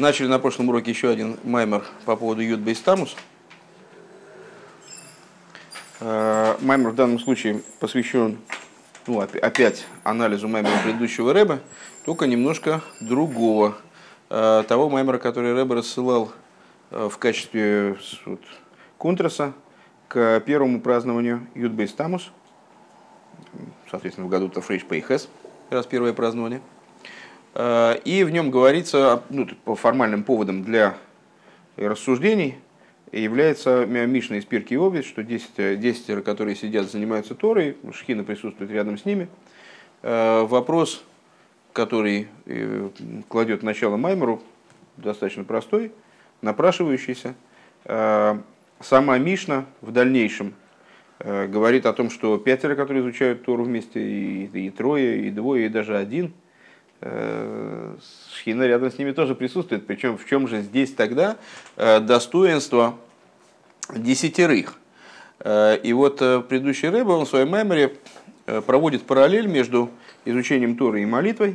Начали на прошлом уроке еще один маймер по поводу Юд Бейс Тамус. Маймер в данном случае посвящен опять анализу маймера предыдущего Ребе, только немножко другого. Того маймера, который Ребе рассылал в качестве контраса к первому празднованию Юд Бейс Тамус, соответственно, в году Тафрейш Пейхес, раз первое празднование. И в нем говорится, по формальным поводам для рассуждений, является Мишна из Пирки Овец, что 10, которые сидят, занимаются Торой, Шхина присутствует рядом с ними. Вопрос, который кладет начало маймеру, достаточно простой, напрашивающийся. Сама Мишна в дальнейшем говорит о том, что 5, которые изучают Тору вместе, и 3, и 2, и даже 1, Шхина рядом с ними тоже присутствует. Причем в чем же здесь тогда достоинство 10? И вот предыдущий Ребе, он в своем меморе проводит параллель между изучением Торы и молитвой.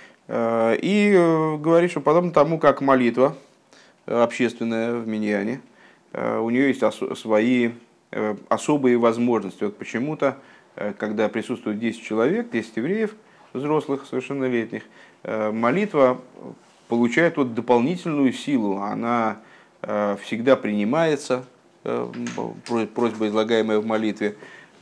И говорит, что подобно тому, как молитва общественная в Миньяне, у нее есть свои особые возможности. Вот почему-то, когда присутствует 10 человек, 10 евреев, взрослых, совершеннолетних, молитва получает вот дополнительную силу. Она всегда принимается, просьба, излагаемая в молитве,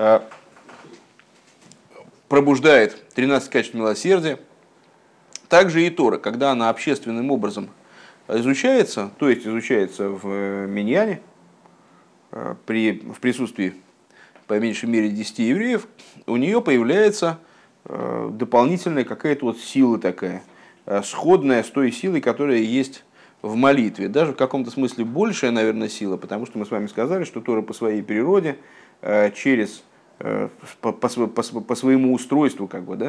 пробуждает 13 качеств милосердия. Также и Тора, когда она общественным образом изучается, то есть изучается в Миньяне, в присутствии по меньшей мере 10 евреев, у нее появляется дополнительная какая-то вот сила такая, сходная с той силой, которая есть в молитве. Даже в каком-то смысле большая, наверное, сила, потому что мы с вами сказали, что Тора по своей природе, по своему устройству,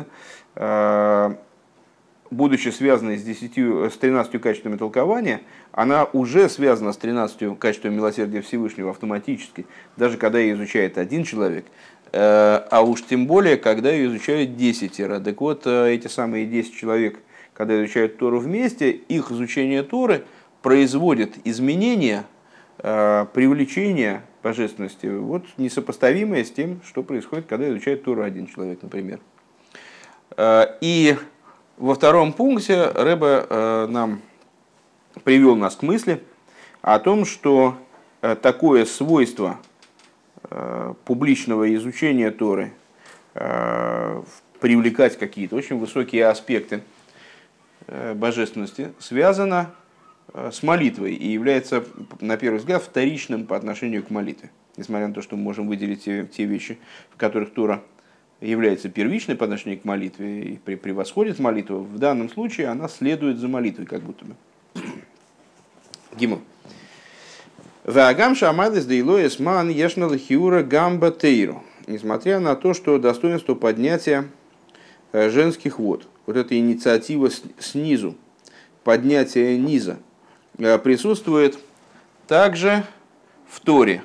будучи связанной с 13 качествами толкования, она уже связана с 13 качествами милосердия Всевышнего автоматически, даже когда ее изучает один человек, а уж тем более, когда ее изучают 10. Так вот, эти самые 10 человек, когда изучают Тору вместе, их изучение Торы производит изменения, привлечение божественности, вот, несопоставимое с тем, что происходит, когда изучает Тору один человек, например. И во втором пункте Ребе привел нас к мысли о том, что такое свойство публичного изучения Торы, привлекать какие-то очень высокие аспекты божественности, связано с молитвой и является, на первый взгляд, вторичным по отношению к молитве. Несмотря на то, что мы можем выделить те вещи, в которых Тора является первичной по отношению к молитве и превосходит молитву, в данном случае она следует за молитвой, как будто бы. Гимл. Несмотря на то, что достоинство поднятия женских вод, вот эта инициатива снизу, поднятие низа, присутствует также в Торе.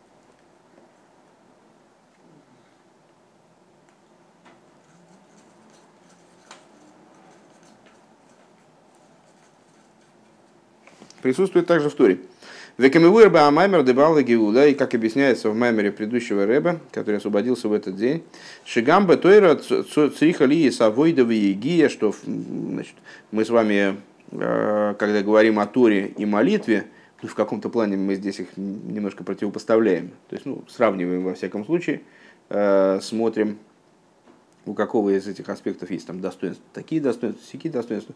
Присутствует также в Торе. И как объясняется в маймере предыдущего Ребе, который освободился в этот день, Шигамба Тойра Црихали Савойдова Егия, что значит, мы с вами, когда говорим о Торе и молитве, в каком-то плане мы здесь их немножко противопоставляем. То есть, сравниваем во всяком случае, смотрим, у какого из этих аспектов есть там достоинства, такие достоинства, сякие достоинства.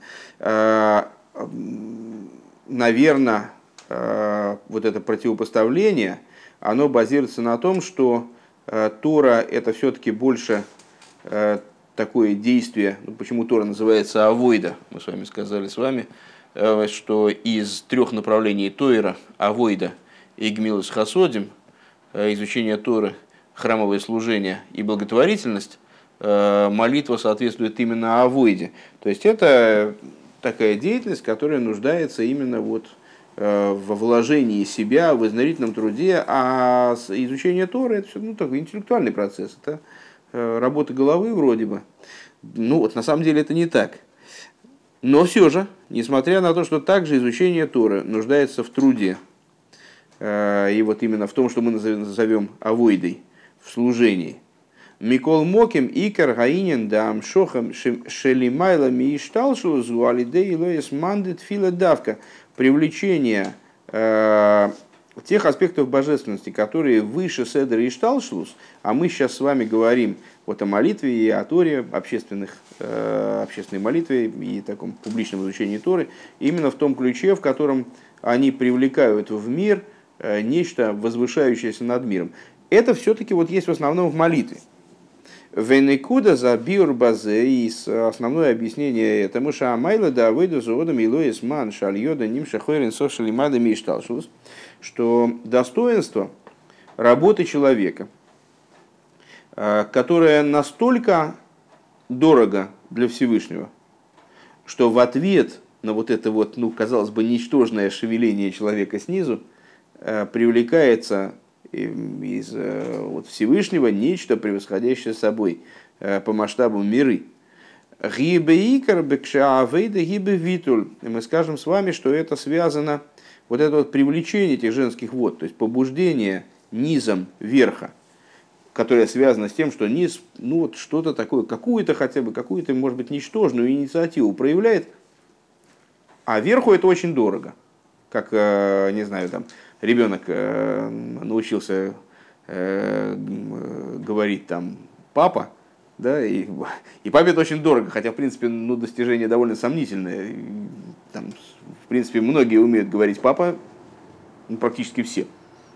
Наверное, вот это противопоставление, оно базируется на том, что Тора это все-таки больше такое действие, почему Тора называется авойда, мы с вами сказали что из 3 направлений Тойра, авойда и гмилус хасодим, изучение Торы, храмовое служение и благотворительность, молитва соответствует именно авойде. То есть это такая деятельность, которая нуждается именно во вложении себя, в изнурительном труде, а изучение Торы это все такой интеллектуальный процесс, это работа головы вроде бы. На самом деле это не так. Но все же, несмотря на то, что также изучение Торы нуждается в труде, и вот именно в том, что мы назовем авойдой, в служении, Микол Моким Икар Гаинин Дам Шохам Шелимайла Миишталшу Зуалидей Лоес Мандит Филадавка, привлечение тех аспектов божественности, которые выше Седер и Шталшлус, а мы сейчас с вами говорим вот о молитве и о Торе, общественной молитве и таком публичном изучении Торы, именно в том ключе, в котором они привлекают в мир нечто возвышающееся над миром. Это все-таки вот есть в основном в молитве. Венекуда за биурбазе, и основное объяснение этому шаамайла да выйду за одам илоис ман шальода ним шахойрин сошалимада мишталшус, что достоинство работы человека, которое настолько дорого для Всевышнего, что в ответ на вот это вот, ну, казалось бы, ничтожное шевеление человека снизу привлекается из вот Всевышнего нечто, превосходящее собой по масштабу миры. Мы скажем с вами, что это связано, вот это вот привлечение этих женских вод, то есть побуждение низом верха, которое связано с тем, что низ, ну вот что-то такое, какую-то хотя бы, какую-то, может быть, ничтожную инициативу проявляет, а верху это очень дорого. Как, не знаю, там, ребенок научился говорить там папа, да, и папе это очень дорого, хотя, в принципе, ну, достижение довольно сомнительное. Там, в принципе, многие умеют говорить папа, ну, практически все.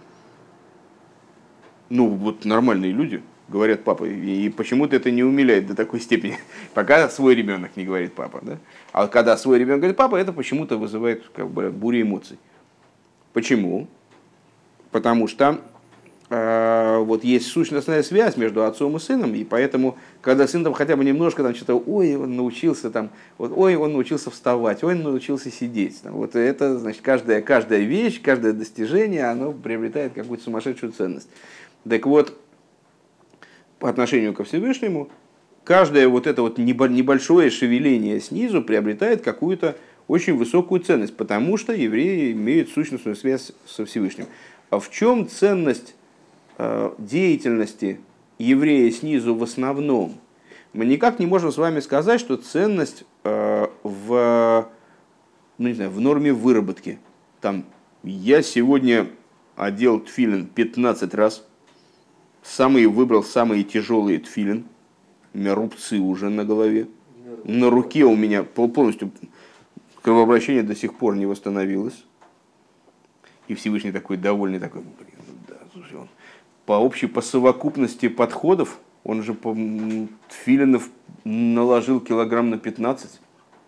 Ну, вот нормальные люди говорят папа, и почему-то это не умиляет до такой степени, пока свой ребенок не говорит папа, да? А когда свой ребенок говорит папа, это почему-то вызывает как бы бурю эмоций. Почему? Потому что вот есть сущностная связь между отцом и сыном, и поэтому, когда сын там хотя бы немножко там что-то, ой, он научился там, вот, ой, он научился вставать, ой, он научился сидеть, там, вот это, значит, каждая вещь, каждое достижение, оно приобретает какую-то сумасшедшую ценность. Так вот, по отношению ко Всевышнему, каждое вот это вот небольшое шевеление снизу приобретает какую-то очень высокую ценность, потому что евреи имеют сущностную связь со Всевышним. А в чем ценность деятельности еврея снизу в основном? Мы никак не можем с вами сказать, что ценность в норме выработки. Там, я сегодня одел тфилин 15 раз, выбрал самые тяжелые тфилин, у меня рубцы уже на голове, на руке у меня полностью кровообращение до сих пор не восстановилось. И Всевышний такой довольный, такой, да, слушай, он по совокупности подходов, он же тфилинов наложил килограмм на 15.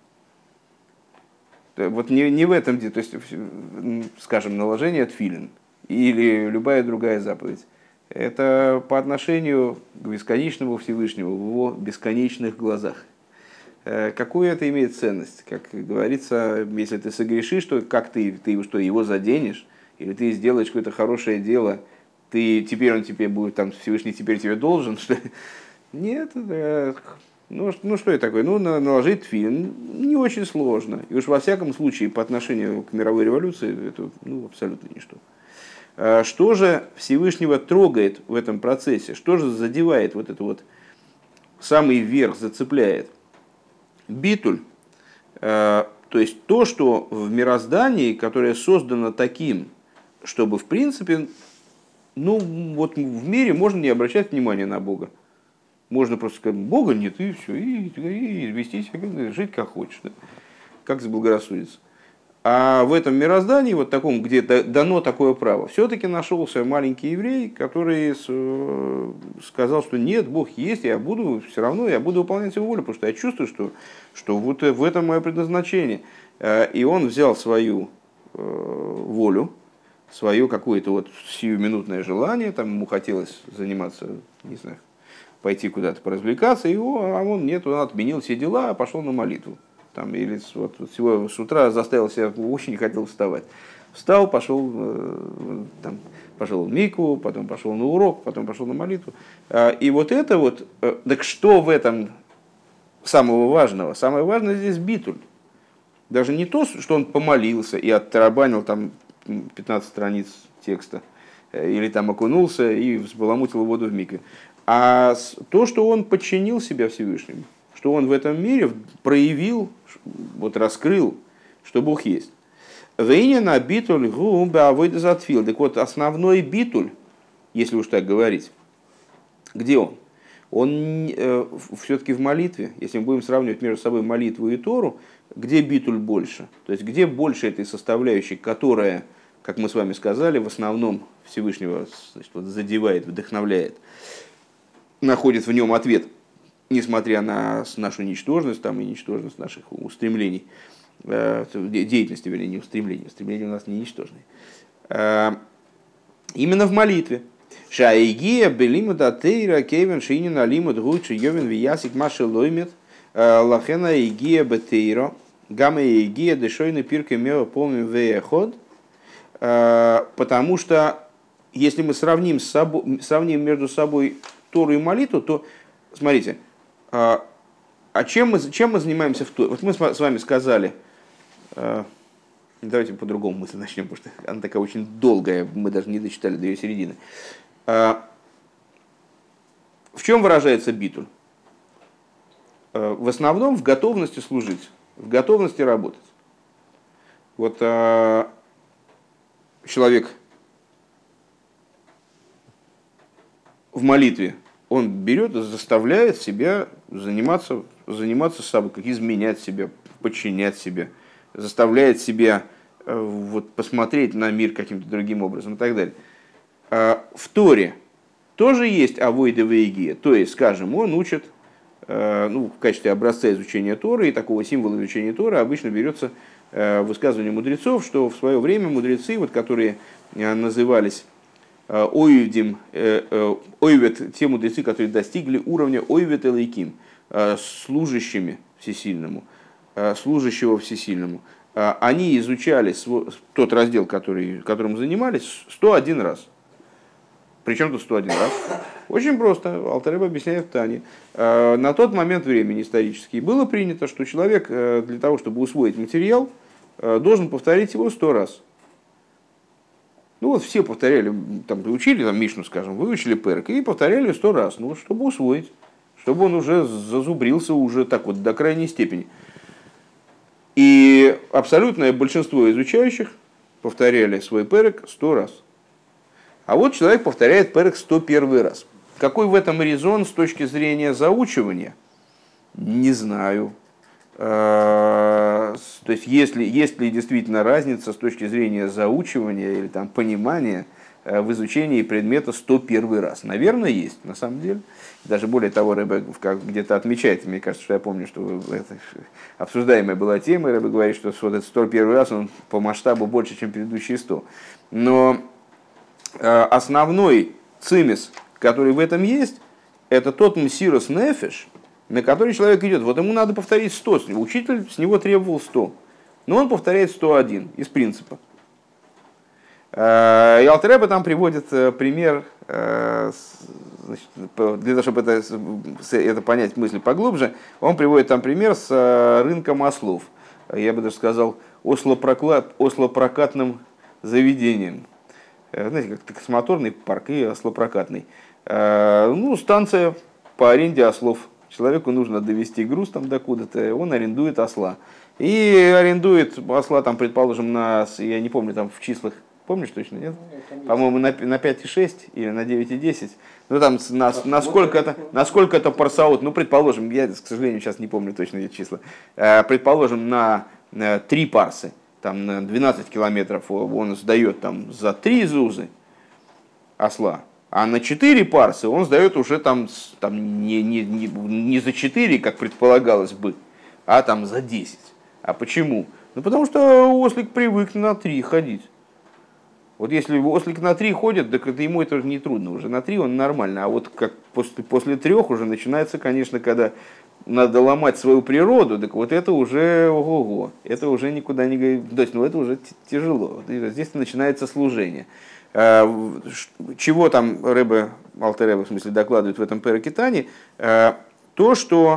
Вот не в этом дело, то есть, скажем, наложение тфилин или любая другая заповедь. Это по отношению к бесконечному Всевышнему в его бесконечных глазах. Какую это имеет ценность? Как говорится, если ты согрешишь, то как ты что, его заденешь? Или ты сделаешь какое-то хорошее дело, теперь он тебе будет, там, Всевышний теперь тебе должен? Что? Нет, ну что это такое? Ну, наложить тфилин не очень сложно. И уж во всяком случае, по отношению к мировой революции, это абсолютно ничто. Что же Всевышнего трогает в этом процессе? Что же задевает вот это вот самый верх, зацепляет? Битуль, то есть то, что в мироздании, которое создано таким, чтобы в принципе, вот в мире можно не обращать внимания на Бога. Можно просто сказать, Бога нет, и все, и вести себя, жить как хочешь, да? Как заблагорассудится. А в этом мироздании, вот таком, где дано такое право, все-таки нашелся маленький еврей, который сказал, что нет, Бог есть, я буду выполнять его волю, потому что я чувствую, что вот в этом мое предназначение. И он взял свою волю, свое какое-то вот сиюминутное желание, там ему хотелось заниматься, не знаю, пойти куда-то поразвлекаться, он отменил все дела, а пошел на молитву. Там, или вот всего с утра заставил себя, очень не хотел вставать. Встал, пошел в микву, потом пошел на урок, потом пошел на молитву. И вот это вот, так что в этом самого важного? Самое важное здесь битуль. Даже не то, что он помолился и оттарабанил там 15 страниц текста, или там окунулся и взбаламутил воду в микве, а то, что он подчинил себя Всевышнему, что он в этом мире проявил, вот раскрыл, что Бог есть. Вейнина битуль губа авойдазатфил. Так вот, основной битуль, если уж так говорить, где он? Он все-таки в молитве. Если мы будем сравнивать между собой молитву и Тору, где битуль больше? То есть, где больше этой составляющей, которая, как мы с вами сказали, в основном Всевышнего, значит, вот, задевает, вдохновляет, находит в нем ответ, несмотря на нашу ничтожность там, и ничтожность наших устремлений, деятельности, вернее, не устремления. Устремления у нас не ничтожные. Именно в молитве. Шаигия белиму датейра кевен шинин алиму дгучи йовен виясик маши лоймет лахена игия бетейро гамма игия дешойны пирка мева помним вееход. Потому что если мы сравним между собой Тору и молитву, то смотрите, чем мы занимаемся в Торе? Вот мы с вами сказали, давайте по-другому мысль начнем, потому что она такая очень долгая, мы даже не дочитали до ее середины. В чем выражается битуль? В основном в готовности служить, в готовности работать. Вот человек в молитве, он берет и заставляет себя заниматься собой, как изменять себя, подчинять себя, заставляет себя вот, посмотреть на мир каким-то другим образом и так далее. В Торе тоже есть авойда вейгия, то есть, скажем, он учит, в качестве образца изучения Торы и такого символа изучения Торы обычно берется высказывание мудрецов, что в свое время мудрецы, вот, которые назывались ойвдим, ойвет, те мудрецы, которые достигли уровня ойвет элейким, служащими всесильному, служащего всесильному, они изучали тот раздел, которым занимались, 101 раз. Причем тут 101 раз? Очень просто. Алтер Ребе объясняет в Тане. На тот момент времени исторически было принято, что человек для того, чтобы усвоить материал, должен повторить его 100 раз. Ну вот все повторяли, там, учили там, Мишну, скажем, выучили Перек и повторяли 100 раз, ну, чтобы усвоить, чтобы он уже зазубрился уже так вот до крайней степени. И абсолютное большинство изучающих повторяли свой Перек 100 раз. А вот человек повторяет Перек 101 раз. Какой в этом резон с точки зрения заучивания? Не знаю. То есть, есть ли действительно разница с точки зрения заучивания или там, понимания в изучении предмета 101 раз? Наверное, есть, на самом деле. Даже более того, Ребе где-то отмечает, мне кажется, что я помню, что это обсуждаемая была тема, Ребе говорит, что вот этот 101 раз он по масштабу больше, чем предыдущие 100. Но основной цимис, который в этом есть, это тот мсирос нефеш, на который человек идет. Вот ему надо повторить 100. Учитель с него требовал 100. Но он повторяет 101 из принципа. И Алтер Ребе там приводит пример, значит, для того, чтобы это понять мысль поглубже, он приводит там пример с рынком ослов. Я бы даже сказал, ослопрокатным заведением. Знаете, как таксомоторный парк и ослопрокатный. Станция по аренде ослов. Человеку нужно довести груз там докуда-то, он арендует осла. И арендует осла, там, предположим, я не помню, там в числах, помнишь точно, нет? По-моему, на 5,6 или на 9,10. Ну, там, насколько это парсаот, предположим, я, к сожалению, сейчас не помню точно эти числа. Предположим, на 3 парсы, там, на 12 километров он сдает там, за 3 зузы осла. А на 4 парсы он сдает уже там не за 4, как предполагалось бы, а там за 10. А почему? Потому что ослик привык на 3 ходить. Вот если ослик на 3 ходит, так это ему это не трудно. Уже на 3 он нормально. А вот как после 3 уже начинается, конечно, когда надо ломать свою природу, так вот это уже ого-го. Это уже никуда не... То есть, это уже тяжело. Здесь начинается служение. Чего там Алтер Ребе, в смысле, докладывает в этом Переке Тани? То, что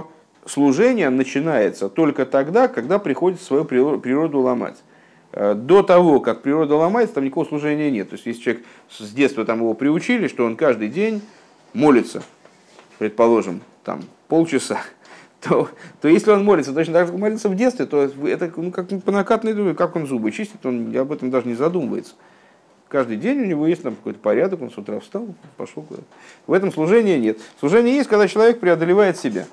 служение начинается только тогда, когда приходится свою природу ломать. До того, как природа ломается, там никакого служения нет. То есть, если человек с детства там его приучили, что он каждый день молится, предположим, там полчаса, то если он молится точно так же, как молится в детстве, то это как по накатанной, как он зубы чистит, он об этом даже не задумывается. Каждый день у него есть там какой-то порядок, он с утра встал, пошел куда-то. В этом служения нет. Служение есть, когда человек преодолевает себя.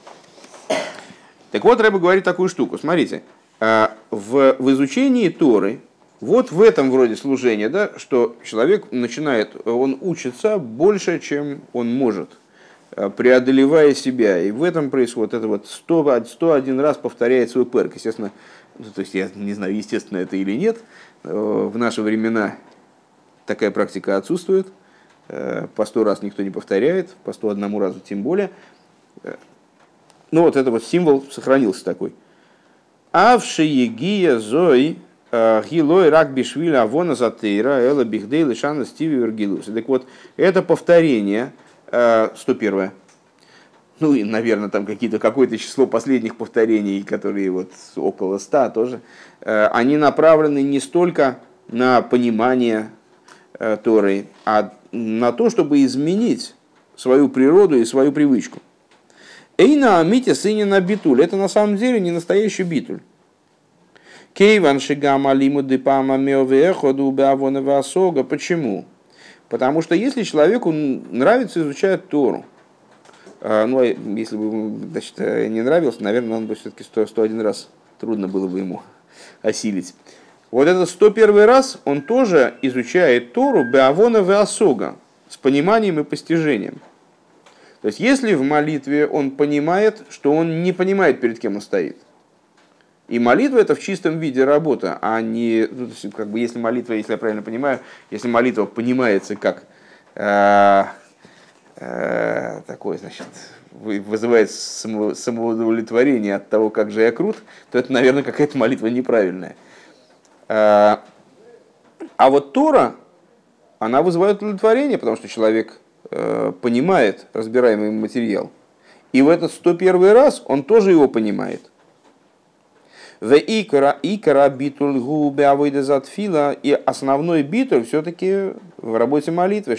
Так вот, Рэбе говорит такую штуку. Смотрите, в изучении Торы, вот в этом вроде служения, да, что человек начинает, он учится больше, чем он может, преодолевая себя. И в этом происходит это вот 101 раз повторяет свой перк. Естественно, то есть я не знаю, естественно это или нет, в наши времена такая практика отсутствует. По 100 раз никто не повторяет, по 101 разу тем более. Но вот это вот символ сохранился такой. Авши егия зой гилой рак бишвиля авона затейра эла бихдей лишана стиви вергилус. Так вот, это повторение, 101. Ну и, наверное, там какое-то число последних повторений, которые вот около 100 тоже, они направлены не столько на понимание Торы, а на то, чтобы изменить свою природу и свою привычку. Эйна амите сынина битуль. Это на самом деле не настоящий битуль. Кейван шигама лиму дипама меовеходу беавонова осога. Почему? Потому что если человеку нравится изучать Тору, ну, если бы, значит, не нравился, наверное, он бы все-таки 101 раз трудно было бы ему осилить. Вот этот 101 раз он тоже изучает Тору беавонова осога с пониманием и постижением. То есть, если в молитве он понимает, что он не понимает, перед кем он стоит. И молитва это в чистом виде работа, а не, ну, то есть, как бы, если молитва, если я правильно понимаю, если молитва понимается как такое, значит, вызывает самоудовлетворение от того, как же я крут, то это, наверное, какая-то молитва неправильная. А вот Тора, она вызывает удовлетворение, потому что человек понимает разбираемый материал. И в этот 101 раз он тоже его понимает. И основной битуль все-таки в работе молитвы.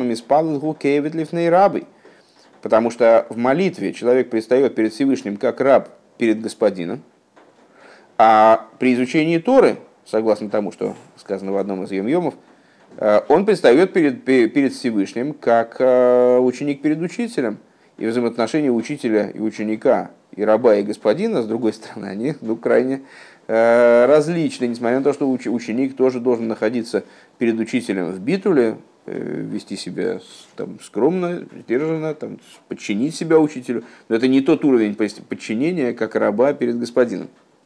Потому что в молитве человек предстает перед Всевышним как раб перед господином. А при изучении Торы, согласно тому, что сказано в одном из йом-йомов, он предстает перед Всевышним как ученик перед учителем. И взаимоотношения учителя и ученика, и раба, и господина, с другой стороны, они крайне различны. Несмотря на то, что ученик тоже должен находиться перед учителем в битуле, вести себя там, скромно, сдержанно, там, подчинить себя учителю. Но это не тот уровень подчинения, как раба перед господином.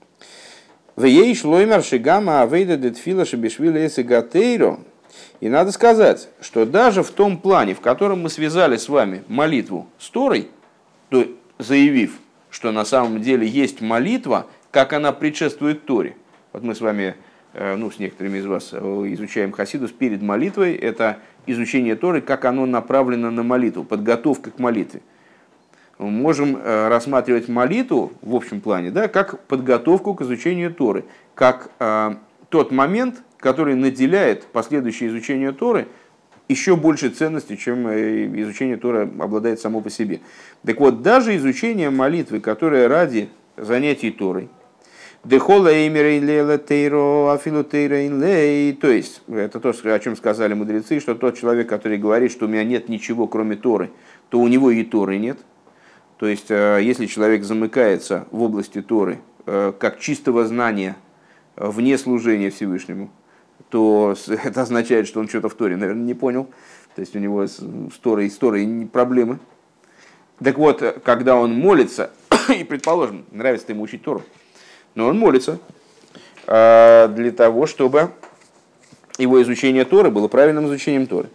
И надо сказать, что даже в том плане, в котором мы связали с вами молитву с Торой, то заявив, что на самом деле есть молитва, как она предшествует Торе. Вот мы с вами, с некоторыми из вас изучаем Хасидус перед молитвой. Это изучение Торы, как оно направлено на молитву, подготовка к молитве. Мы можем рассматривать молитву в общем плане, да, как подготовку к изучению Торы, как тот момент, который наделяет последующее изучение Торы еще большей ценностью, чем изучение Торы обладает само по себе. Так вот, даже изучение молитвы, которое ради занятий Торой, то есть, это то, о чем сказали мудрецы, что тот человек, который говорит, что у меня нет ничего, кроме Торы, то у него и Торы нет. То есть, если человек замыкается в области Торы, как чистого знания, вне служения Всевышнему, то это означает, что он что-то в Торе, наверное, не понял. То есть у него с Торой проблемы. Так вот, когда он молится, и, предположим, нравится ему учить Тору, но он молится для того, чтобы его изучение Торы было правильным изучением Торы.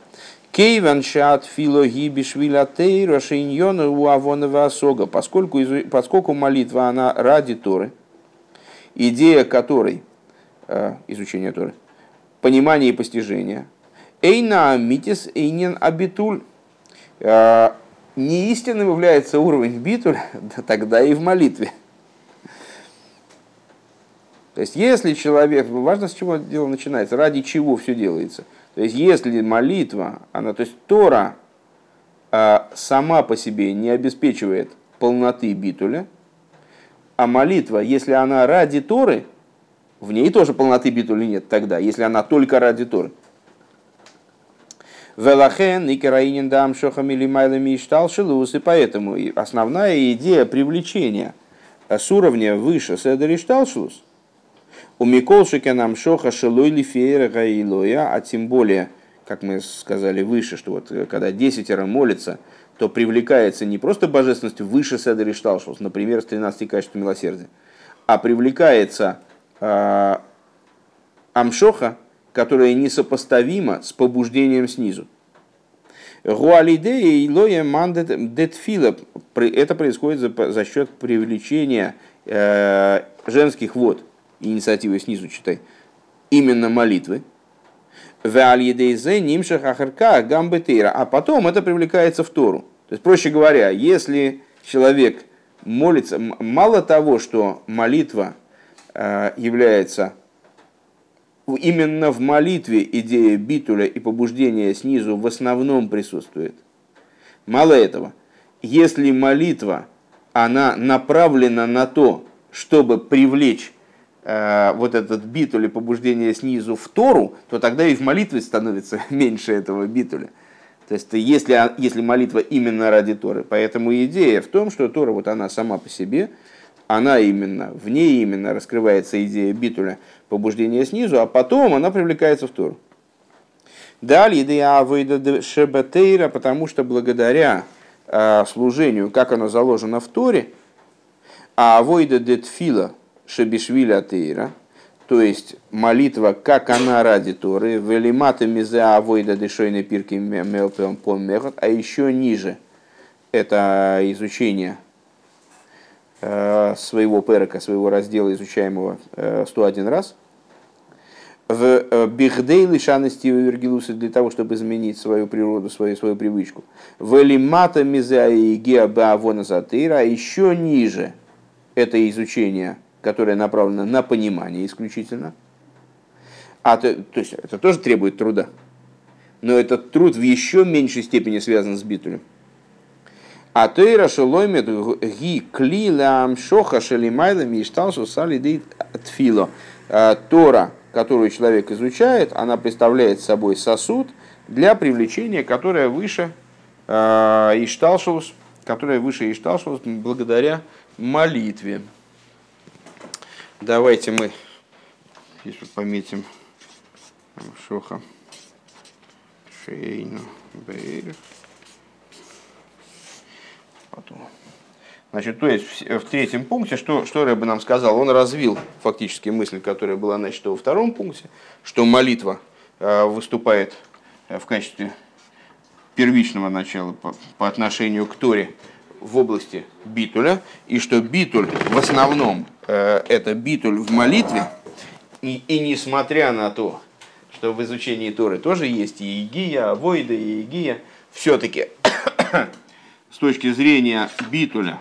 Поскольку молитва, она ради Торы, идея которой, изучение Торы, понимание и постижение, эйна митис эйнен абитуль, неистинным является уровень битуля, тогда и в молитве. То есть, если человек, важно, с чего дело начинается, ради чего все делается. То есть, если молитва, то есть Тора сама по себе не обеспечивает полноты битуля, а молитва, если она ради Торы, в ней тоже полноты битуля нет тогда, если она только ради Торы. Велахен и караинин дам шохами лимайлами иштал шелус, и поэтому основная идея привлечения с уровня выше седер иштал шелус у миколшика нам шоха шелой лифеера гаилоя, а тем более, как мы сказали выше, что вот когда 10 молится, то привлекается не просто божественность выше седер иштал шелус, например, с 13 качеств милосердия, а привлекается амшоха, которая несопоставима с побуждением снизу. Это происходит за счет привлечения женских вод, инициативы снизу читай, именно молитвы. А потом это привлекается в Тору. То есть, проще говоря, если человек молится, мало того, что молитва является именно в молитве идея битуля и побуждения снизу в основном присутствует. Мало этого, если молитва, она направлена на то, чтобы привлечь вот этот битуль и побуждение снизу в Тору, то тогда и в молитве становится меньше этого битуля. То есть, если молитва именно ради Торы. Поэтому идея в том, что Тора, вот она сама по себе, в ней именно раскрывается идея битуля, побуждения снизу, а потом она привлекается в Тору. Далее идея авойда шебатейра, потому что благодаря служению, как оно заложено в Торе, авойда детфила шебишвиля тейра, то есть молитва, как она ради Торы, велимата мизе авойда дешойной пирки мелпем пон мехот, а еще ниже это изучение своего перека, своего раздела, изучаемого 101 раз, в бихдей лишанности вергилуса, для того, чтобы изменить свою природу, свою привычку. В элимата мизаигеа баавона затыра, а еще ниже это изучение, которое направлено на понимание исключительно. То есть это тоже требует труда, но этот труд в еще меньшей степени связан с битулем. А тойра шелоймет ги клилам шоха шелимайлами и шталшу салидит тфило. Тора, которую человек изучает, она представляет собой сосуд для привлечения, которое выше ишталшус, благодаря молитве. Давайте мы здесь вот пометим шоха шейну бейр. Значит, то есть в третьем пункте, что Рэбе нам сказал, он развил фактически мысль, которая была начата во втором пункте, что молитва выступает в качестве первичного начала по отношению к Торе в области битуля, и что битуль в основном это битуль в молитве, и несмотря на то, что в изучении Торы тоже есть и игия, авойда, и игия, все-таки с точки зрения битуля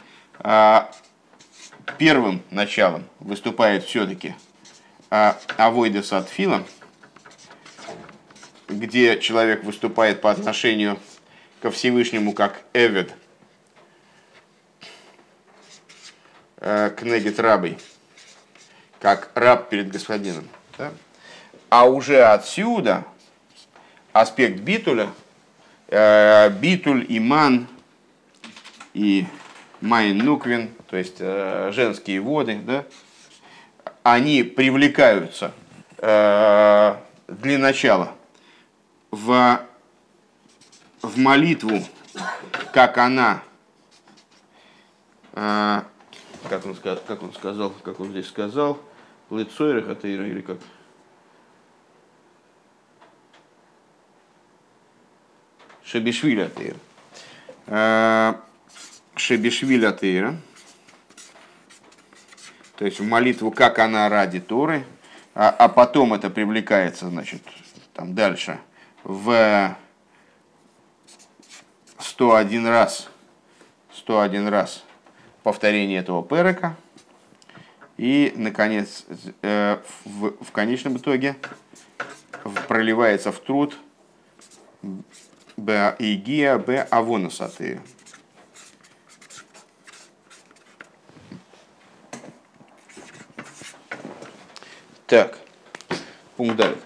первым началом выступает все-таки авойда сатфила, где человек выступает по отношению ко Всевышнему как эвед, кнегет рабой, как раб перед господином. Да? А уже отсюда аспект битуля, битуль, иман и майн нуквин, то есть женские воды, да, они привлекаются для начала в молитву, как она, как он здесь сказал, лицойрах это или как? Шебишвиля тейра. Шебишвиля тейра. То есть в молитву, как она ради Торы, а потом это привлекается, значит, там дальше в 101 раз. 101 раз повторение этого перека. И, наконец, в конечном итоге проливается в труд Б Игия Б Авонусаты. Так, пункт далее.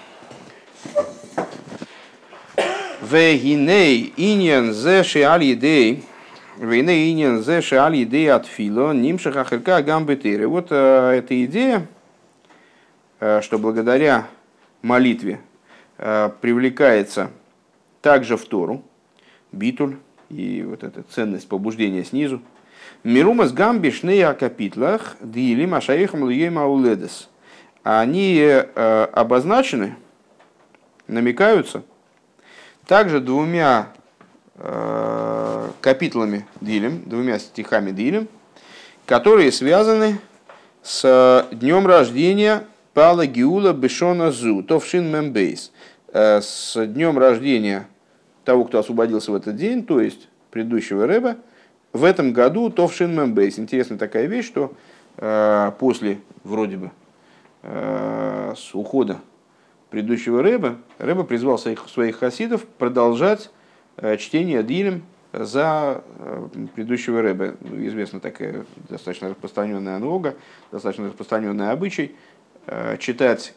Вегиней иньян зе шиаль едей. Вейне иньян зе шиаль едей от фило нимших ахерка гамбетыры. Вот эта идея, что благодаря молитве привлекается также в Тору, битуль и вот эта ценность побуждения снизу. Мирумас гамбишней акапитлах дили машаихам льема уледес. Они обозначены, намекаются также двумя капитлами дилем, двумя стихами дилем, которые связаны с днем рождения Пала Гиула Бешона Зу, Товшин Мембейс, с днем рождения того, кто освободился в этот день, то есть предыдущего Ребе, в этом году Товшин Мембейс. Интересная такая вещь, что после, вроде бы, с ухода предыдущего Ребе призвал своих хасидов продолжать чтение Дилем за предыдущего Ребе. Известна такая достаточно распространенная аналога, достаточно распространенный обычай читать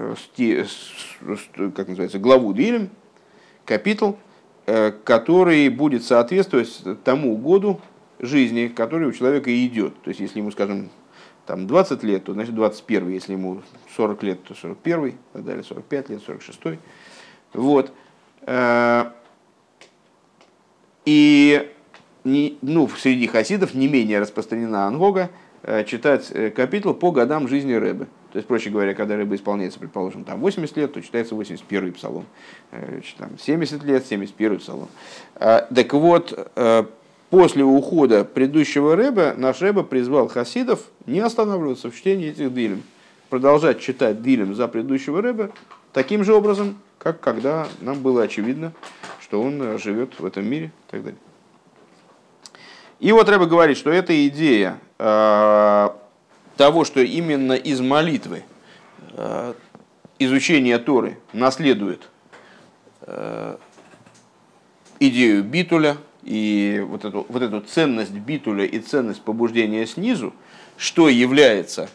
как называется, главу Дилем, капитул, который будет соответствовать тому году жизни, который у человека идет. То есть, если ему, скажем, там 20 лет, то значит 21, если ему 40 лет, то 41, и так далее, 45 лет, 46. Вот. И среди хасидов не менее распространена ангога читать капитул по годам жизни Ребе. То есть, проще говоря, когда Ребе исполняется, предположим, там 80 лет, то читается 81-й псалом. Там 70 лет, 71-й псалом. Так вот, после ухода предыдущего Ребе, наш Ребе призвал хасидов не останавливаться в чтении этих дилем, продолжать читать дилем за предыдущего Ребе таким же образом, как когда нам было очевидно, что он живет в этом мире и так далее. И вот Ребе говорит, что эта идея того, что именно из молитвы изучение Торы наследует идею битуля, и вот эту ценность битуля и ценность побуждения снизу, что является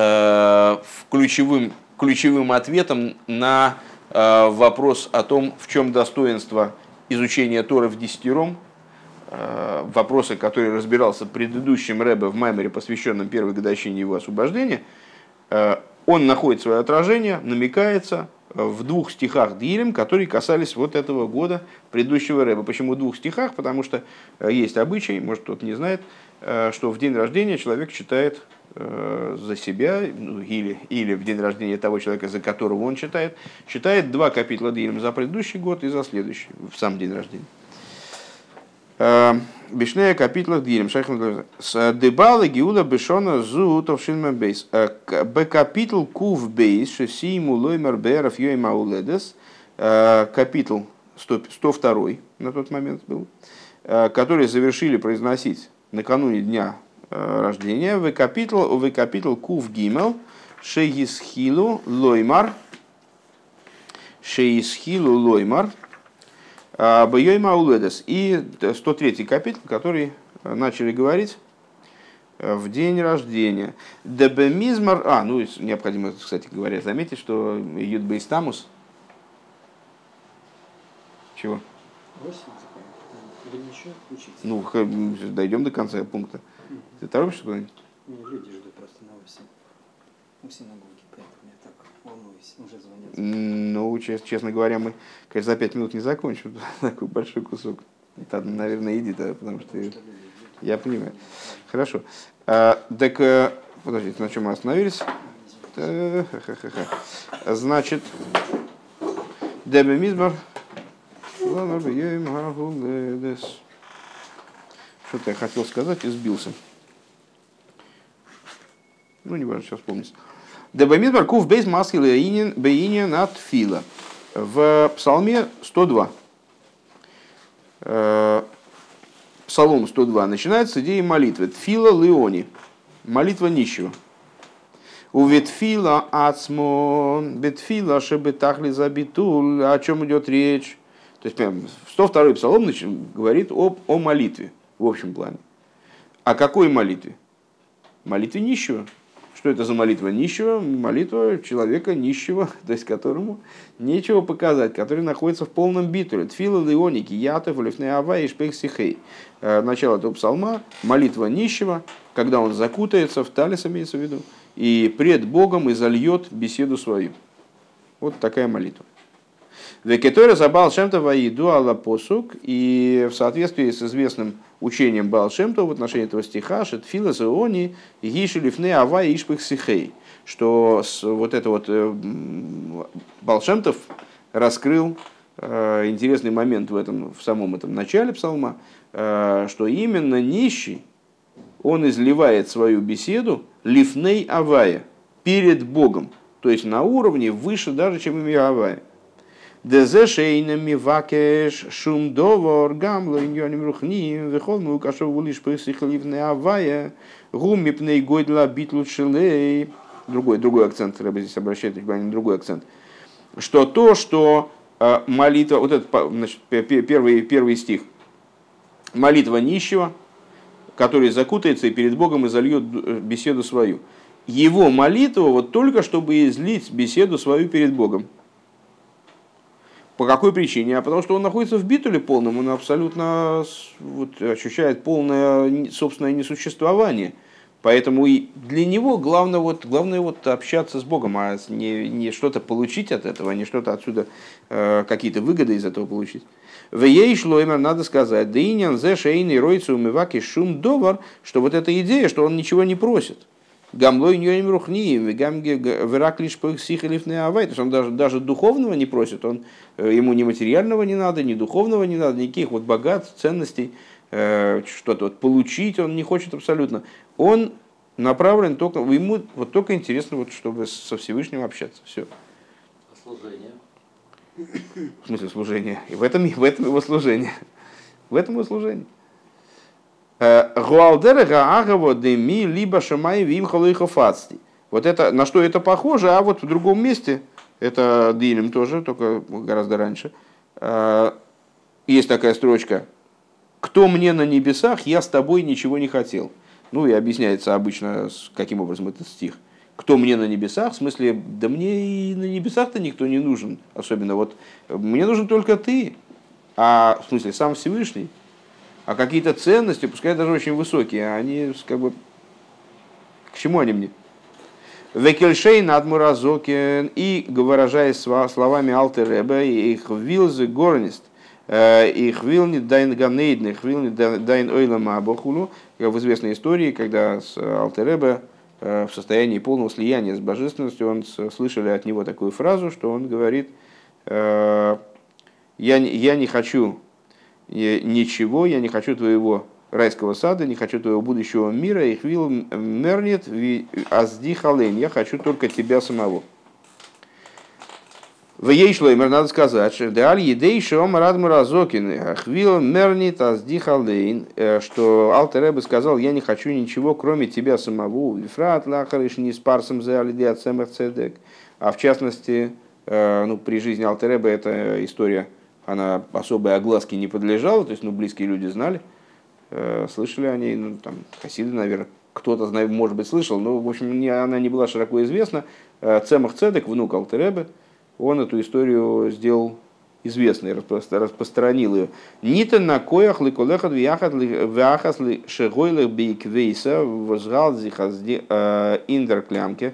ключевым ответом на вопрос о том, в чем достоинство изучения Торы в десятером, вопросы, который разбирался предыдущим Ребе в маймере, посвященном первой годовщине его освобождения, он находит свое отражение, намекается в двух стихах Дилем, которые касались вот этого года предыдущего Ребе. Почему в двух стихах? Потому что есть обычай, может кто-то не знает, что в день рождения человек читает за себя, или в день рождения того человека, за которого он читает два капитла Дилем за предыдущий год и за следующий, в сам день рождения. Бишнея капитлах Дилем. С дебала гиула бешона зу товшин мембейс. Б капитл кув бейс шесиму лоймер беров йой мауледес. Капитл 102 на тот момент был, который завершили произносить накануне дня рождения. В капитл кув гимел шеисхилу лоймар. Шеисхилу лоймар. Бьёйма уледес. И 103 капитул, который начали говорить в день рождения. Дебемизмар. Необходимо, кстати говоря, заметить, что Юдбейс Тамус. Чего? Дойдем до конца пункта. Ты торопишься куда-нибудь? Люди ждут просто на 8. У синагоги, поэтому я так волнуюсь. Уже звонят. Честно говоря, мы, конечно, за 5 минут не закончим такой большой кусок. Это, наверное, иди, потому что я понимаю. Хорошо. Так, подождите, на чем мы остановились? Значит, Дебе Мизмар. Что-то я хотел сказать и сбился. Не важно, сейчас вспомнить. Дебамидбар кув бейс маскил бейнин от фила. В псалме 102. Псалом 102 начинается с идеи молитвы. Тфила леони. Молитва нищего. У ветфила ацмон, бетфила шебетахли забитул. О чем идет речь? То есть 102-й псалом говорит о молитве в общем плане. О какой молитве? Молитве нищего. Что это за молитва нищего? Молитва человека нищего, то есть которому нечего показать, который находится в полном битуле. Тфила леоники, ятов, лифней ава и шпех сихей. Начало этого псалма, молитва нищего, когда он закутается в талис, имеется в виду, и пред Богом изольет беседу свою. Вот такая молитва. Векетора за Баал Шем Това иду алла посук, и в соответствии с известным учением Баал Шем Това в отношении этого стиха шетфила зеони гиши лифней ава и шпех сихей, что вот это вот Баал Шем Тов раскрыл интересный момент в самом этом начале псалма, что именно нищий, он изливает свою беседу лифней авая, перед Богом, то есть на уровне выше даже, чем имя Авая. Дезешейнами вакеш шумдовор гамло иньоним рухним вехолму укашов улиш присих ливней авая гуми пней гойдла битлут шелей. Другой акцент, треба здесь обращать внимание на другой акцент. Что то, что молитва, вот этот, значит, первый стих, молитва нищего, который закутается и перед Богом изольет беседу свою. Его молитва вот только чтобы излить беседу свою перед Богом. По какой причине? А потому что он находится в битуле полном, он абсолютно ощущает полное собственное несуществование. Поэтому и для него главное общаться с Богом, а не что-то получить от этого, не что-то отсюда, какие-то выгоды из этого получить. В ей шлоймер надо сказать, да иньян зе шейный ройцу умываки шум довар, что вот эта идея, что он ничего не просит. Гамлой ньоим рухни, верак лишь по их сихалифный авай, то есть он даже духовного не просит, ему ни материального не надо, ни духовного не надо, никаких вот богатств, ценностей, что-то вот получить он не хочет абсолютно. Он направлен только, ему вот только интересно, вот, чтобы со Всевышним общаться. Все. Служение. В смысле служение? И в этом его служение. В этом его служение. Гуалдерега агаво деми либо шамай вим халыхофацти. Вот это, на что это похоже, а вот в другом месте, это Дилем тоже, только гораздо раньше, есть такая строчка: «Кто мне на небесах, я с тобой ничего не хотел». Ну и объясняется обычно, каким образом этот стих. Кто мне на небесах, в смысле, да мне и на небесах-то никто не нужен. Особенно вот, мне нужен только ты, а в смысле сам Всевышний. А какие-то ценности, пускай даже очень высокие, они как бы, к чему они мне? Векельшейн адмуразокен, и выражаясь словами Алтер Ребе, их вилзы горнист, их вилни дайн ганейдн, их вилни дайн ойлама абохулу, как в известной истории, когда Алтер Ребе в состоянии полного слияния с божественностью, он слышали от него такую фразу, что он говорит: я не хочу ничего, я не хочу твоего райского сада, не хочу твоего будущего мира, их вил мернет азди халейн, я хочу только тебя самого. В ей шлоймер надо сказать, что деаль едей шом радмуразокин, хвил мернит азди халейн, что Алтер Ребе сказал: я не хочу ничего, кроме тебя самого, вифрат лахариш не с парсом за алидея цемах цедек. А в частности, при жизни Алтер Ребе эта история, она особой огласке не подлежала, то есть близкие люди знали, слышали о ней, там, хасиды, наверное, кто-то, может быть, слышал, но, в общем, она не была широко известна. Цемах Цедек, внук Алтер Ребе, он эту историю сделал известной, распространил ее. «Нита на коях ликолехат вяхат вяхас ли шегойлых бейквейса возгал зихазди индерклямке».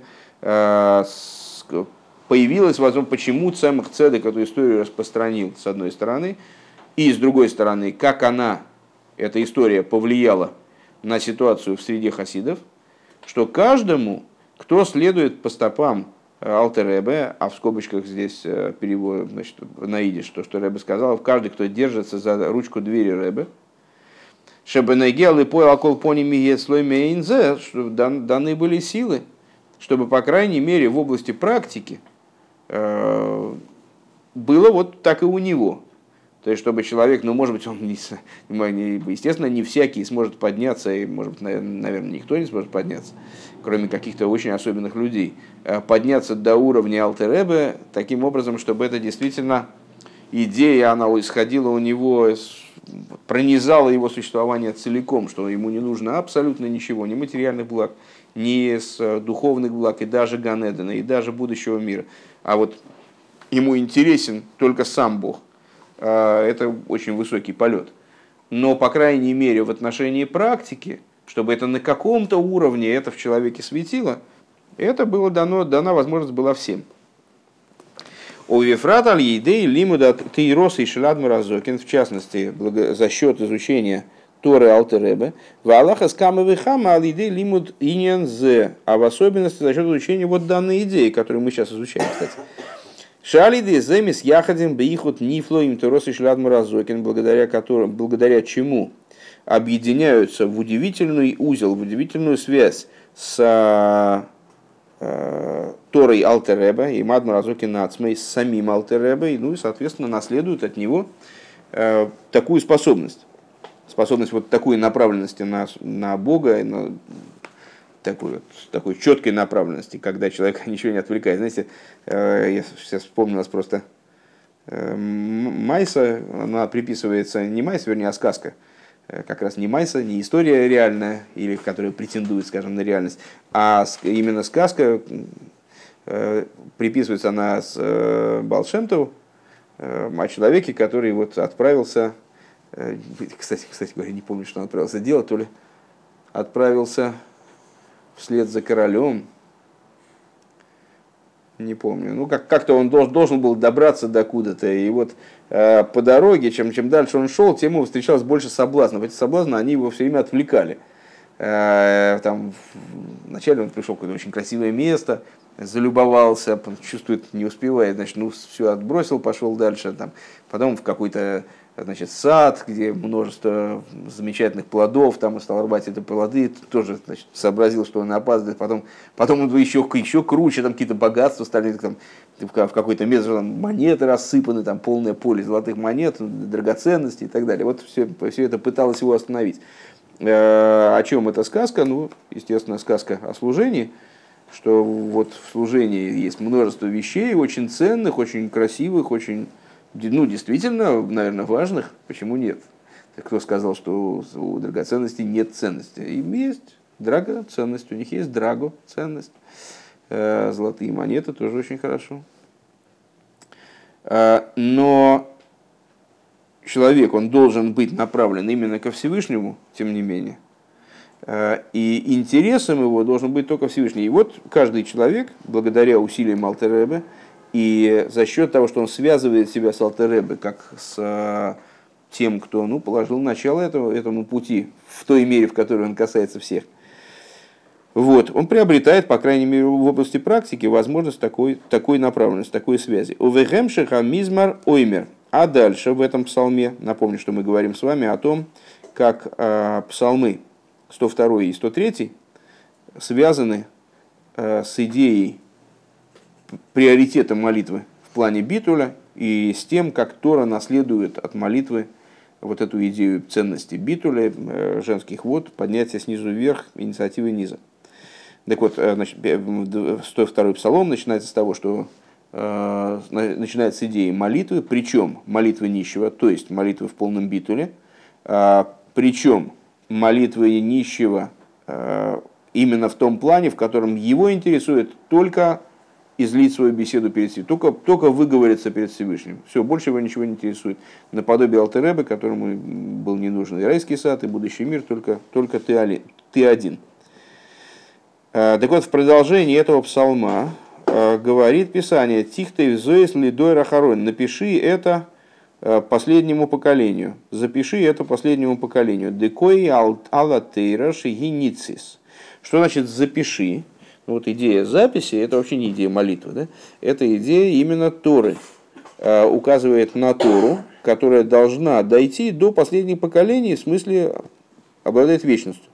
Появилась возможность, почему Цемах Цедек эту историю распространил, с одной стороны, и с другой стороны, как эта история повлияла на ситуацию в среде хасидов, что каждому, кто следует по стопам Алтер Ребе, а в скобочках здесь перевод, значит, на идиш, то, что Ребе сказал, каждый, кто держится за ручку двери Ребе, шебенегел и поел акол пони миет слой мейнзе, что даны были силы, чтобы, по крайней мере, в области практики было вот так и у него. То есть, чтобы человек, ну, может быть, он, естественно, не всякий сможет подняться, и, может быть, наверное, никто не сможет подняться, кроме каких-то очень особенных людей, подняться до уровня Алтер Ребе таким образом, чтобы это действительно идея, она исходила у него, пронизала его существование целиком, что ему не нужно абсолютно ничего, ни материальных благ, ни духовных благ, и даже Ганедена, и даже будущего мира. А вот ему интересен только сам Бог. Это очень высокий полет. Но, по крайней мере, в отношении практики, чтобы это на каком-то уровне это в человеке светило, это было дана возможность была всем. У Вифрат аль-Ейдей лимуда тейрос и шелад маразокин, в частности, за счет изучения Торы Алтер Ребе, в Аллаха скамы вихама аль-Ейдей лимуд иньян зе, а в особенности за счет изучения вот данной идеи, которую мы сейчас изучаем, кстати. Шалиды земис яхадим бейхут нифло им торос и шелад маразокин, благодаря чему объединяются в удивительный узел, в удивительную связь с Торой Алтер Ребе и Мад Маразоки Нацмей, с самим Алтер Ребе, ну и, соответственно, наследуют от него такую способность вот такой направленности на Бога, на такой четкой направленности, когда человека ничего не отвлекает. Знаете, я сейчас вспомнилась просто Майса, она приписывается не Майса, вернее, а сказка. Как раз не Майса, не история реальная, или которая претендует, скажем, на реальность, а именно сказка, приписывается она с Баал Шем Тов, о человеке, который вот отправился, кстати говоря, не помню, что он отправился делать, то ли отправился вслед за королем, не помню. Ну, как-то он должен был добраться до куда-то. И вот по дороге, чем дальше он шел, тем ему встречалось больше соблазнов. Эти соблазны, они его все время отвлекали. Там, вначале он пришел в какое-то очень красивое место, залюбовался, чувствует, не успевает, значит, ну, все отбросил, пошел дальше. Там, потом в какой-то, значит, сад, где множество замечательных плодов, там он стал рвать эти плоды, тоже, значит, сообразил, что он опаздывает, потом он еще круче, там какие-то богатства стали, там, в какой-то месте там монеты рассыпаны, там полное поле золотых монет, драгоценностей и так далее. Вот все это пыталось его остановить. О чем эта сказка? Ну, естественно, сказка о служении, что вот в служении есть множество вещей очень ценных, очень красивых, очень, ну, действительно, наверное, важных. Почему нет? Кто сказал, что у драгоценностей нет ценности? Им есть драгоценность, у них есть драгоценность. Золотые монеты тоже очень хорошо. Но человек, он должен быть направлен именно ко Всевышнему, тем не менее. И интересом его должен быть только Всевышний. И вот каждый человек, благодаря усилиям Алтер Ребе, и за счет того, что он связывает себя с Алтер Ребе, как с тем, кто, ну, положил начало этому пути, в той мере, в которой он касается всех, вот, он приобретает, по крайней мере, в области практики, возможность такой направленности, такой связи. Увехемшиха мизмар оймер. А дальше в этом псалме, напомню, что мы говорим с вами о том, как псалмы 102 и 103 связаны с идеей приоритета молитвы в плане битуля и с тем, как Тора наследует от молитвы вот эту идею ценности битуля, женских вод, поднятия снизу вверх, инициативы низа. Так вот, значит, 102 псалом начинается с того, что начинается с идеи молитвы, причем молитвы нищего, то есть молитвы в полном битуле, причем молитвы нищего именно в том плане, в котором его интересует только излить свою беседу перед Всевышним, только выговориться перед Всевышним. Все, больше его ничего не интересует. Наподобие Алтер Ребе, которому был не нужен и райский сад, и будущий мир, только ты один. Так вот, в продолжении этого псалма говорит Писание: «Тихтей взоис лидой рахарон», напиши это последнему поколению, запиши это последнему поколению. «Декой алатейра шигиницис». Что значит «запиши»? Вот идея записи, это вообще не идея молитвы, да? Это идея именно Торы. Указывает на Тору, которая должна дойти до последних поколений, в смысле обладает вечностью.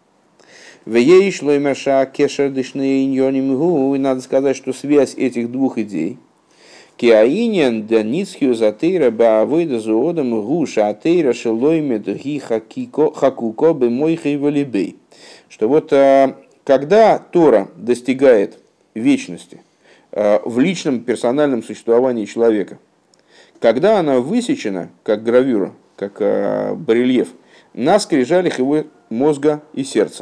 И надо сказать, что связь этих двух идей, Киаинен да ницхиу затейра баавойда зоодам гуша атейра шелоймет ги хакуко бы мойхей валибей. Что вот когда Тора достигает вечности в личном персональном существовании человека, когда она высечена, как гравюра, как барельеф, на скрижалях его мозга и сердца.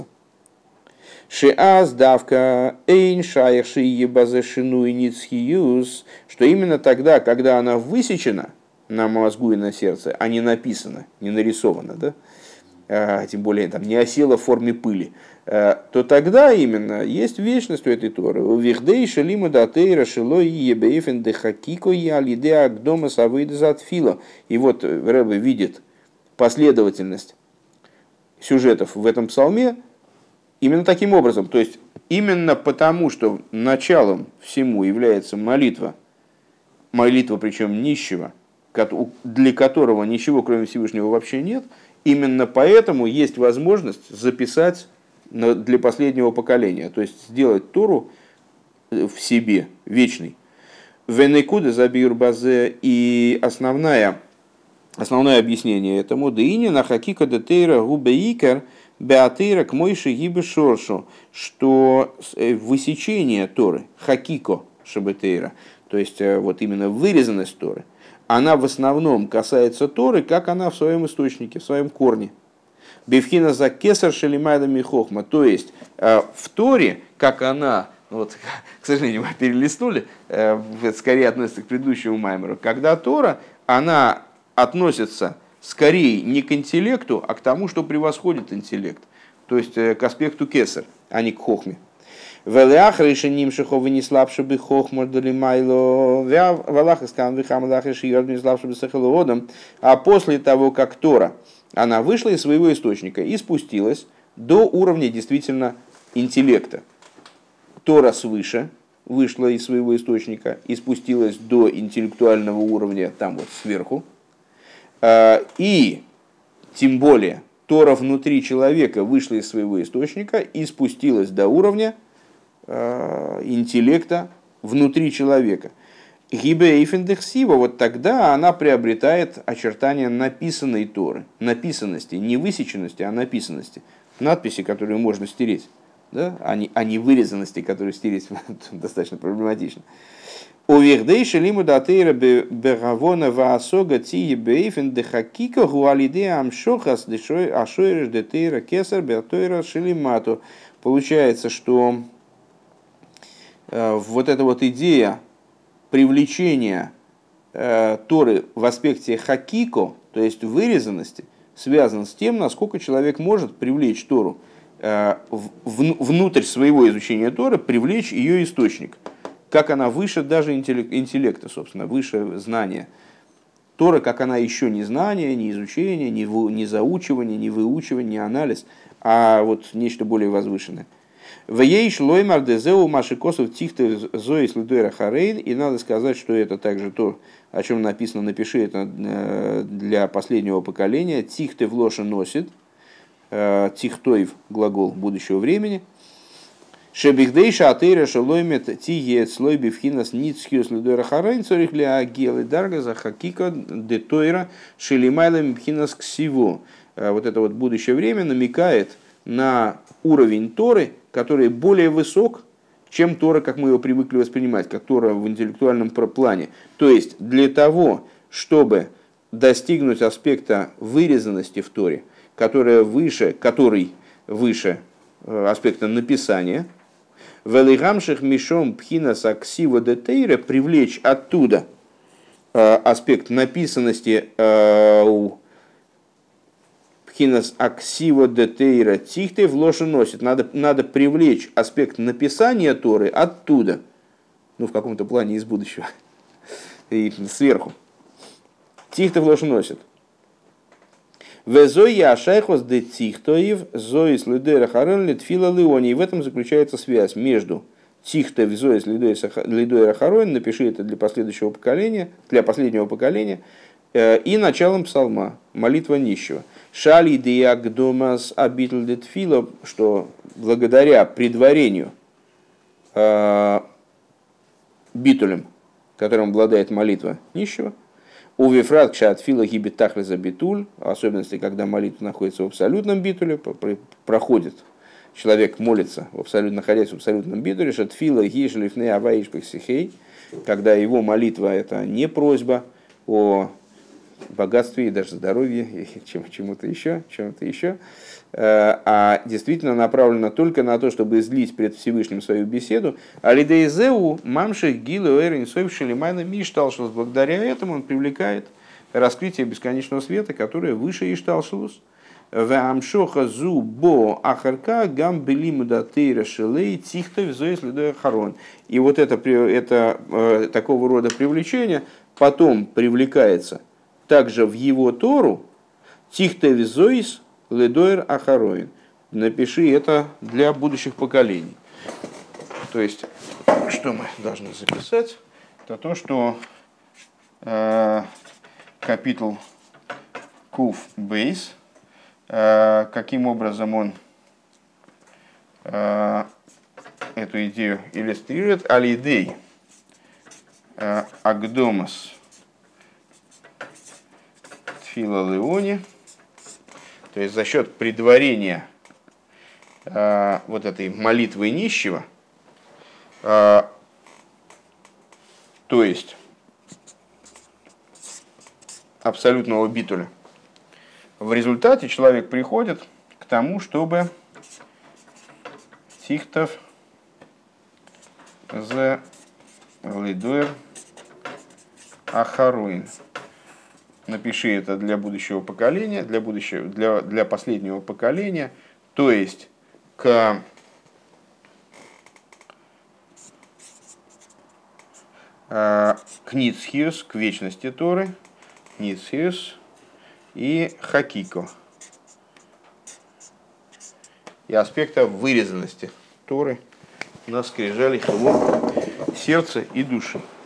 Шиаз давка эйн шаях шиебазе шину и ницхиюз, что именно тогда, когда она высечена на мозгу и на сердце, а не написана, не нарисована, да? Тем более там, не осела в форме пыли, то тогда именно есть вечность у этой Торы. У вихдей шалима датейра шило и ебеефен дехакико и алиде агдома савыйда затфила. И вот Ребе видит последовательность сюжетов в этом псалме именно таким образом. То есть именно потому, что началом всему является молитва, причем нищего, для которого ничего кроме Всевышнего вообще нет, именно поэтому есть возможность записать для последнего поколения, то есть сделать Тору в себе вечной. Венекуда забир базе, и основное объяснение этому деине на хакика детейра губеикер беатейра к мойши гибе шоршу, что высечение Торы, хакико шабетейра, то есть вот именно вырезанность Торы, она в основном касается Торы, как она в своем источнике, в своем корне. Бевхина за кесар шелимайдами хохма, то есть в Торе, как она, вот, к сожалению, мы перелистнули, скорее относится к предыдущему маймеру, когда Тора, она относится скорее не к интеллекту, а к тому, что превосходит интеллект, то есть к аспекту кесар, а не к хохме. Велях решением шиховы не слабше бы хохма долимайло, валах искам вихам лахиш и не слабше бы сахаловодом, а после того, как Тора, она вышла из своего источника и спустилась до уровня действительно интеллекта. Тора свыше вышла из своего источника и спустилась до интеллектуального уровня, там вот сверху. И тем более Тора внутри человека вышла из своего источника и спустилась до уровня интеллекта внутри человека. Гибе эйфендехсива, вот тогда она приобретает очертания написанной Торы, написанности, не высеченности, а написанности, надписи, которые можно стереть, да? А не вырезанности, которые стереть достаточно проблематично. Увихдейши лиму датейра бегавона ваасога ти бейфендехакика гуалиде амшохас дешой ашойреш детейра кесар беатойра шелимату. Получается, что вот эта вот идея привлечение Торы в аспекте хакико, то есть вырезанности, связан с тем, насколько человек может привлечь Тору внутрь своего изучения Торы, привлечь ее источник. Как она выше даже интеллекта, собственно, выше знания. Тора, как она еще не знание, не изучение, не заучивание, не выучивание, не анализ, а вот нечто более возвышенное. В ей шлоймар дезеу машикосов тихты зои следуера харейн, и надо сказать, что это также то, о чем написано, напиши это для последнего поколения. Тихты в лоше носит, тихтоев глагол будущего времени. Шебихдейша атейра шелоймет тигет слой бифхинас ницхио следуера харейн цорих ля гелы дарга за хакика детойра шелимайлем бифхинас ксиво. Вот это вот будущее время намекает на уровень Торы, который более высок, чем Тора, как мы его привыкли воспринимать, как Тора в интеллектуальном плане. То есть для того, чтобы достигнуть аспекта вырезанности в Торе, который выше аспекта написания, велигамших мишом пхинас аксиво детейре, привлечь оттуда аспект написанности пхинас аксиво детейра тихты в лоши носит. Надо привлечь аспект написания Торы оттуда, в каком-то плане из будущего, и сверху. Тихты в лоши носит. Везой я шайхос де тихтоев, зои следуера харен литфила леони. И в этом заключается связь между тихтоев, зои следуера харен, напиши это для последнего поколения, и началом псалма, молитва нищего. Шали диагдомас абитл детфила, что благодаря предварению битулем которым обладает молитва нищего. У вифрат кшат фила гибит тахлиза битуль, в особенности, когда молитва находится в абсолютном битуле, проходит, человек молится, находясь в абсолютном битуле, шат фила ги шлифней аваиш пексихей, когда его молитва это не просьба о богатстве и даже здоровье, чему-то еще, а действительно направлена только на то, чтобы излить пред Всевышним свою беседу. Алидейзеу мамших гилу эринсоев шелимайна мишталшус. Благодаря этому он привлекает раскрытие бесконечного света, которое выше ишталшус. Вамшоха зу бо ахарка гам белиму датейра шелей тихто визоис лидой харон. И вот это такого рода привлечение потом привлекается также в его Тору тихто визоис лидоир ахароин. Напиши это для будущих поколений. То есть, что мы должны записать? Это то, что капитул Куф Бейс, каким образом он эту идею иллюстрирует. Алидей Агдомас Тфила Леони. То есть за счет предварения вот этой молитвы нищего, то есть абсолютного битуля, в результате человек приходит к тому, чтобы тихтов за лидуэр ахаруин. Напиши это для будущего поколения, для последнего поколения, то есть к Ницхиус, к вечности Торы, Ницхиус и Хакико, и аспекта вырезанности Торы на скрижалях его сердца и души.